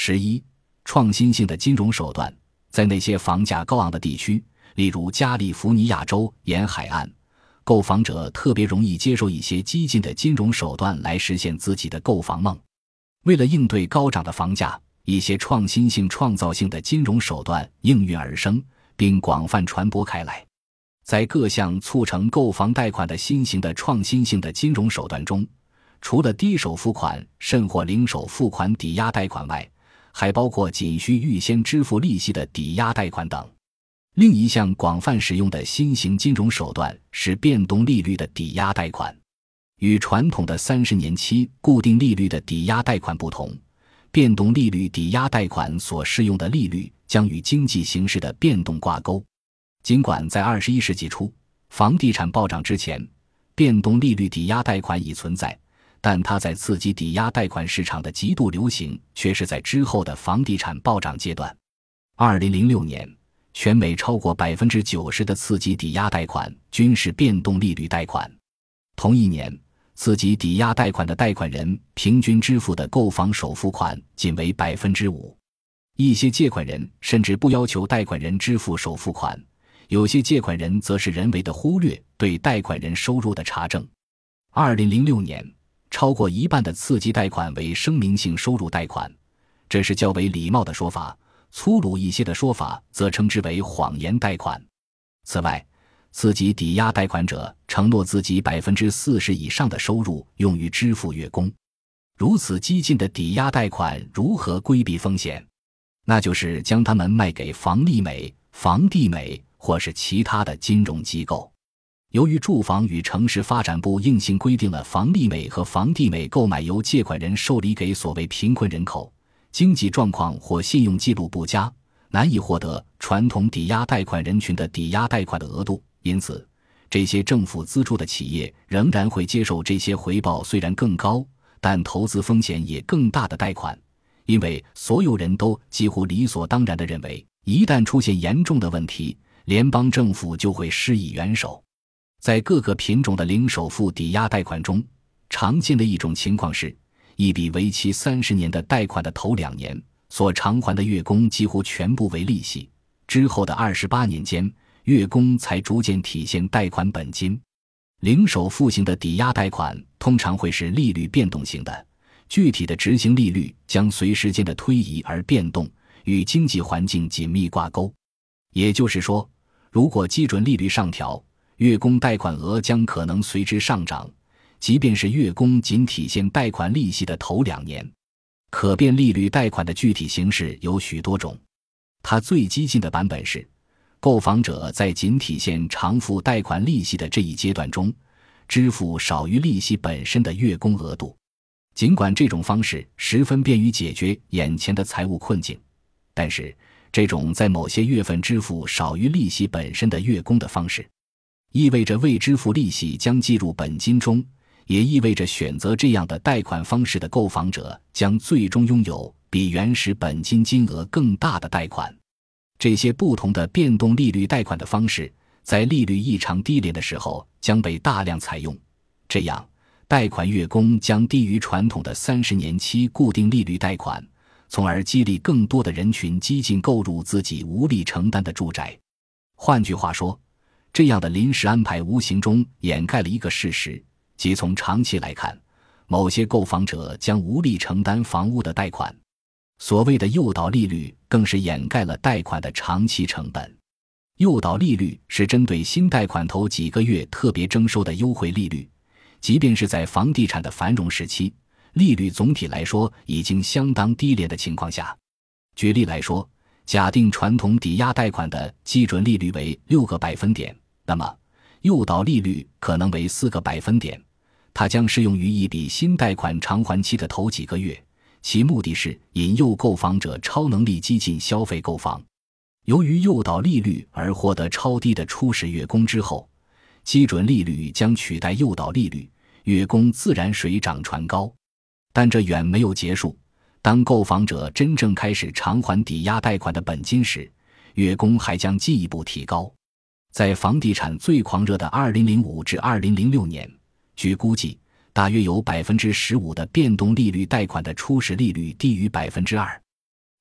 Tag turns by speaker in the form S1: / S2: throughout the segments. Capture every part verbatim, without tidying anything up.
S1: 十一、创新性的金融手段。在那些房价高昂的地区，例如加利福尼亚州沿海岸，购房者特别容易接受一些激进的金融手段来实现自己的购房梦。为了应对高涨的房价，一些创新性创造性的金融手段应运而生，并广泛传播开来。在各项促成购房贷款的新型的创新性的金融手段中，除了低首付款甚或零首付款抵押贷款外，还包括仅需预先支付利息的抵押贷款等。另一项广泛使用的新型金融手段是变动利率的抵押贷款。与传统的三十年期固定利率的抵押贷款不同，变动利率抵押贷款所适用的利率将与经济形势的变动挂钩。尽管在二十一世纪初，房地产暴涨之前，变动利率抵押贷款已存在，但它在刺激抵押贷款市场的极度流行却是在之后的房地产暴涨阶段。二零零六年，全美超过 百分之九十 的刺激抵押贷款均是变动利率贷款。同一年，刺激抵押贷款的贷款人平均支付的购房首付款仅为 百分之五。 一些借款人甚至不要求贷款人支付首付款，有些借款人则是人为的忽略对贷款人收入的查证。二零零六年，超过一半的刺激贷款为声明性收入贷款，这是较为礼貌的说法，粗鲁一些的说法则称之为谎言贷款。此外，刺激抵押贷款者承诺自己 百分之四十 以上的收入用于支付月供。如此激进的抵押贷款如何规避风险？那就是将它们卖给房利美、房地美或是其他的金融机构。由于住房与城市发展部硬性规定了房利美和房地美购买由借款人受理给所谓贫困人口，经济状况或信用记录不佳，难以获得传统抵押贷款人群的抵押贷款的额度，因此这些政府资助的企业仍然会接受这些回报虽然更高，但投资风险也更大的贷款，因为所有人都几乎理所当然地认为，一旦出现严重的问题，联邦政府就会施以援手。在各个品种的零首付抵押贷款中，常见的一种情况是，一笔为期三十年的贷款的头两年所偿还的月供几乎全部为利息，之后的二十八年间，月供才逐渐体现贷款本金。零首付型的抵押贷款通常会是利率变动型的，具体的执行利率将随时间的推移而变动，与经济环境紧密挂钩。也就是说，如果基准利率上调，月供贷款额将可能随之上涨，即便是月供仅体现贷款利息的头两年。可变利率贷款的具体形式有许多种，它最激进的版本是，购房者在仅体现偿付贷款利息的这一阶段中，支付少于利息本身的月供额度。尽管这种方式十分便于解决眼前的财务困境，但是这种在某些月份支付少于利息本身的月供的方式，意味着未支付利息将计入本金中，也意味着选择这样的贷款方式的购房者将最终拥有比原始本金金额更大的贷款。这些不同的变动利率贷款的方式，在利率异常低廉的时候将被大量采用，这样贷款月供将低于传统的三十年期固定利率贷款，从而激励更多的人群激进购入自己无力承担的住宅。换句话说，这样的临时安排无形中掩盖了一个事实，即从长期来看，某些购房者将无力承担房屋的贷款。所谓的诱导利率更是掩盖了贷款的长期成本。诱导利率是针对新贷款头几个月特别征收的优惠利率，即便是在房地产的繁荣时期，利率总体来说已经相当低廉的情况下。举例来说，假定传统抵押贷款的基准利率为六个百分点，那么诱导利率可能为四个百分点，它将适用于一笔新贷款偿还期的头几个月，其目的是引诱购房者超能力激进消费购房。由于诱导利率而获得超低的初始月供之后，基准利率将取代诱导利率，月供自然水涨船高。但这远没有结束，当购房者真正开始偿还抵押贷款的本金时，月供还将进一步提高。在房地产最狂热的二零零五至二零零六年，据估计大约有 百分之十五 的变动利率贷款的初始利率低于 百分之二。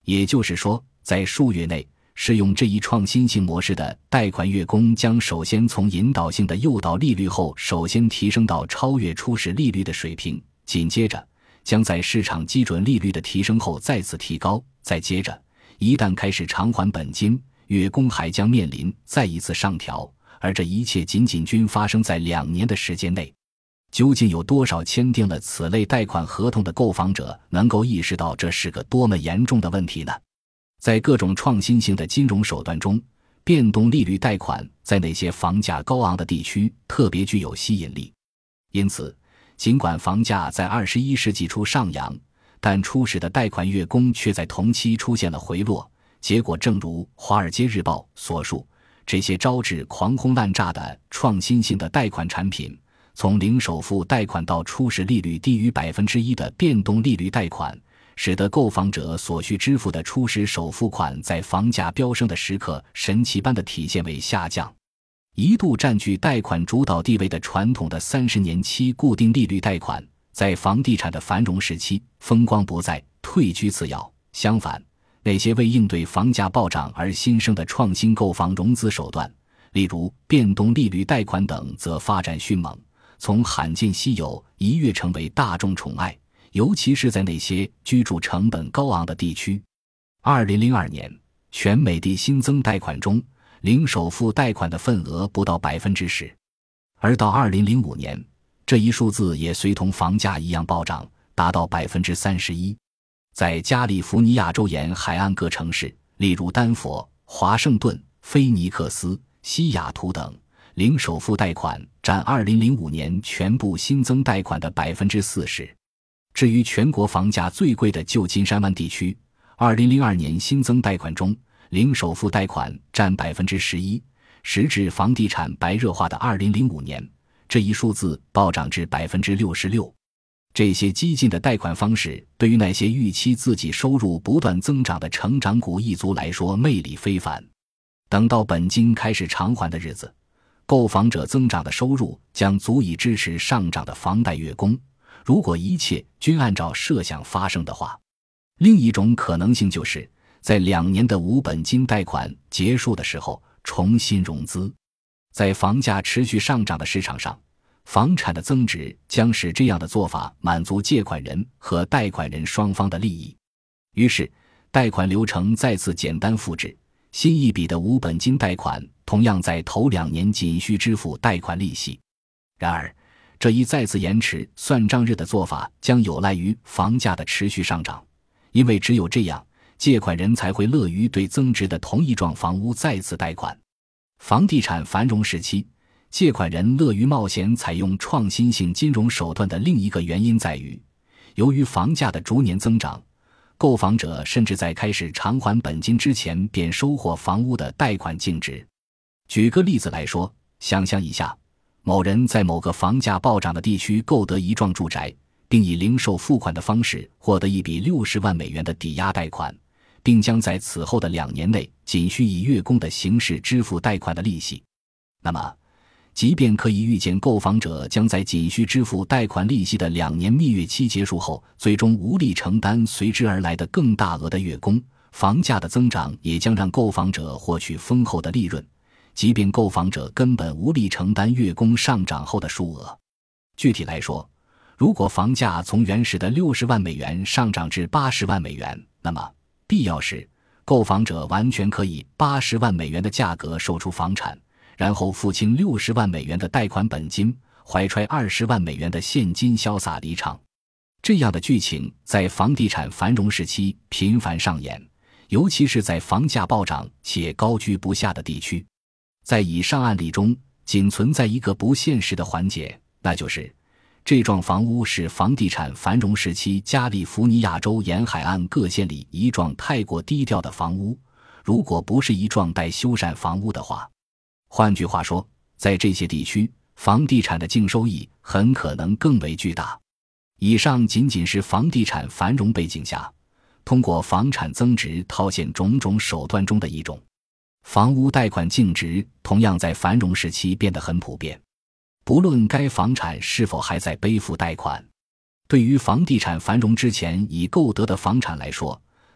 S1: 也就是说，在数月内，适用这一创新性模式的贷款月供将首先从引导性的诱导利率后首先提升到超越初始利率的水平，紧接着将在市场基准利率的提升后再次提高，再接着一旦开始偿还本金，月供还将面临再一次上调，而这一切仅仅均发生在两年的时间内。究竟有多少签订了此类贷款合同的购房者能够意识到这是个多么严重的问题呢？在各种创新性的金融手段中，变动利率贷款在那些房价高昂的地区特别具有吸引力。因此，尽管房价在二十一世纪初上扬，但初始的贷款月供却在同期出现了回落。结果正如《华尔街日报》所述，这些招致狂轰滥炸的创新性的贷款产品，从零首付贷款到初始利率低于 百分之一 的变动利率贷款，使得购房者所需支付的初始首付款在房价飙升的时刻神奇般的体现为下降。一度占据贷款主导地位的传统的三十年期固定利率贷款，在房地产的繁荣时期风光不再，退居次要。相反，那些为应对房价暴涨而新生的创新购房融资手段，例如变动利率贷款等，则发展迅猛，从罕见稀有一跃成为大众宠爱，尤其是在那些居住成本高昂的地区。二零零二年，全美的新增贷款中，零首付贷款的份额不到 百分之十， 而到二零零五年，这一数字也随同房价一样暴涨，达到 百分之三十一。在加利福尼亚州沿海岸各城市，例如丹佛、华盛顿、菲尼克斯、西雅图等，零首付贷款占二零零五年全部新增贷款的 百分之四十。 至于全国房价最贵的旧金山湾地区，二零零二年新增贷款中，零首付贷款占 百分之十一， 时至房地产白热化的二零零五年，这一数字暴涨至 百分之六十六。这些激进的贷款方式对于那些预期自己收入不断增长的成长股一族来说魅力非凡。等到本金开始偿还的日子，购房者增长的收入将足以支持上涨的房贷月供，如果一切均按照设想发生的话。另一种可能性就是在两年的无本金贷款结束的时候重新融资。在房价持续上涨的市场上，房产的增值将使这样的做法满足借款人和贷款人双方的利益。于是，贷款流程再次简单复制，新一笔的无本金贷款同样在头两年仅需支付贷款利息。然而，这一再次延迟算账日的做法将有赖于房价的持续上涨，因为只有这样，借款人才会乐于对增值的同一幢房屋再次贷款。房地产繁荣时期，借款人乐于冒险采用创新性金融手段的另一个原因在于，由于房价的逐年增长，购房者甚至在开始偿还本金之前便收获房屋的贷款净值。举个例子来说，想象一下，某人在某个房价暴涨的地区购得一幢住宅，并以零售付款的方式获得一笔六十万美元的抵押贷款，并将在此后的两年内仅需以月供的形式支付贷款的利息。那么，即便可以预见购房者将在仅需支付贷款利息的两年蜜月期结束后，最终无力承担随之而来的更大额的月供，房价的增长也将让购房者获取丰厚的利润，即便购房者根本无力承担月供上涨后的数额。具体来说，如果房价从原始的六十万美元上涨至八十万美元，那么必要时，购房者完全可以八十万美元的价格售出房产，然后付清六十万美元的贷款本金，怀揣二十万美元的现金潇洒离场。这样的剧情在房地产繁荣时期频繁上演，尤其是在房价暴涨且高居不下的地区。在以上案例中，仅存在一个不现实的环节，那就是这幢房屋是房地产繁荣时期加利福尼亚州沿海岸各县里一幢太过低调的房屋，如果不是一幢待修缮房屋的话。换句话说，在这些地区，房地产的净收益很可能更为巨大。以上仅仅是房地产繁荣背景下，通过房产增值套现种种手段中的一种。房屋贷款净值同样在繁荣时期变得很普遍，不论该房产是否还在背负贷款。对于房地产繁荣之前已购得的房产来说，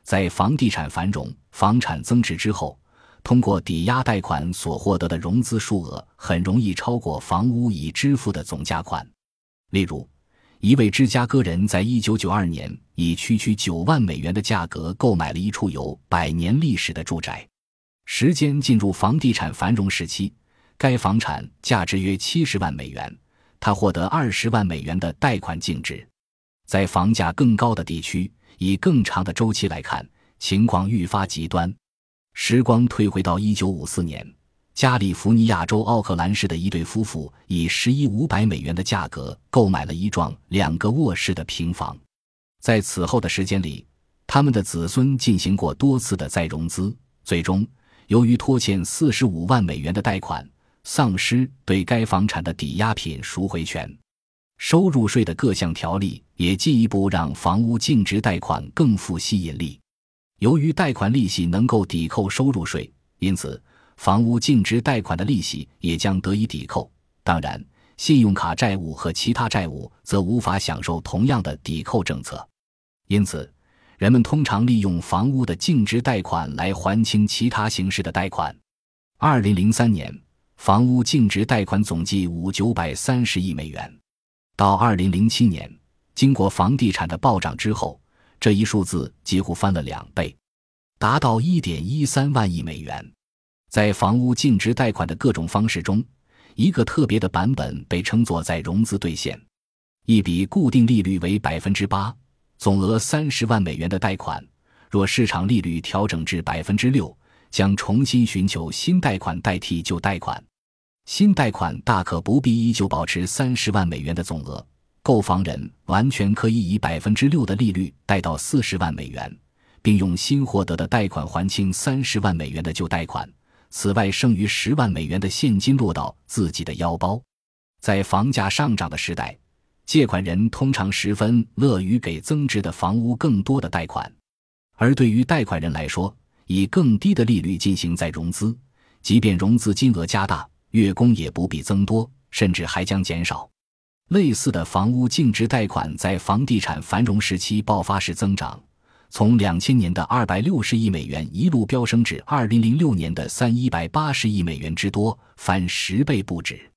S1: 在房地产繁荣、房产增值之后，通过抵押贷款所获得的融资数额很容易超过房屋已支付的总价款。例如，一位芝加哥人在一九九二年以区区九万美元的价格购买了一处有百年历史的住宅。时间进入房地产繁荣时期，该房产价值约七十万美元，他获得二十万美元的贷款净值。在房价更高的地区，以更长的周期来看，情况愈发极端。时光退回到一九五四年，加利福尼亚州奥克兰市的一对夫妇以十一万五百美元的价格购买了一幢两个卧室的平房。在此后的时间里，他们的子孙进行过多次的再融资，最终由于拖欠四十五万美元的贷款，丧失对该房产的抵押品赎回权。收入税的各项条例也进一步让房屋净值贷款更富吸引力。由于贷款利息能够抵扣收入税，因此房屋净值贷款的利息也将得以抵扣。当然，信用卡债务和其他债务则无法享受同样的抵扣政策。因此，人们通常利用房屋的净值贷款来还清其他形式的贷款。二零零三年，房屋净值贷款总计五千九百三十亿美元。到二零零七年，经过房地产的暴涨之后，这一数字几乎翻了两倍，达到 一点一三万亿美元。在房屋净值贷款的各种方式中，一个特别的版本被称作再融资兑现。一笔固定利率为 百分之八， 总额三十万美元的贷款，若市场利率调整至 百分之六， 将重新寻求新贷款代替旧贷款。新贷款大可不必依旧保持三十万美元的总额，购房人完全可以以 百分之六 的利率贷到四十万美元，并用新获得的贷款还清三十万美元的旧贷款，此外剩余十万美元的现金落到自己的腰包。在房价上涨的时代，借款人通常十分乐于给增值的房屋更多的贷款，而对于贷款人来说，以更低的利率进行再融资，即便融资金额加大，月供也不必增多，甚至还将减少。类似的房屋净值贷款在房地产繁荣时期爆发式增长，从两千年的二百六十亿美元一路飙升至二零零六年的三千一百八十亿美元之多，翻十倍不止。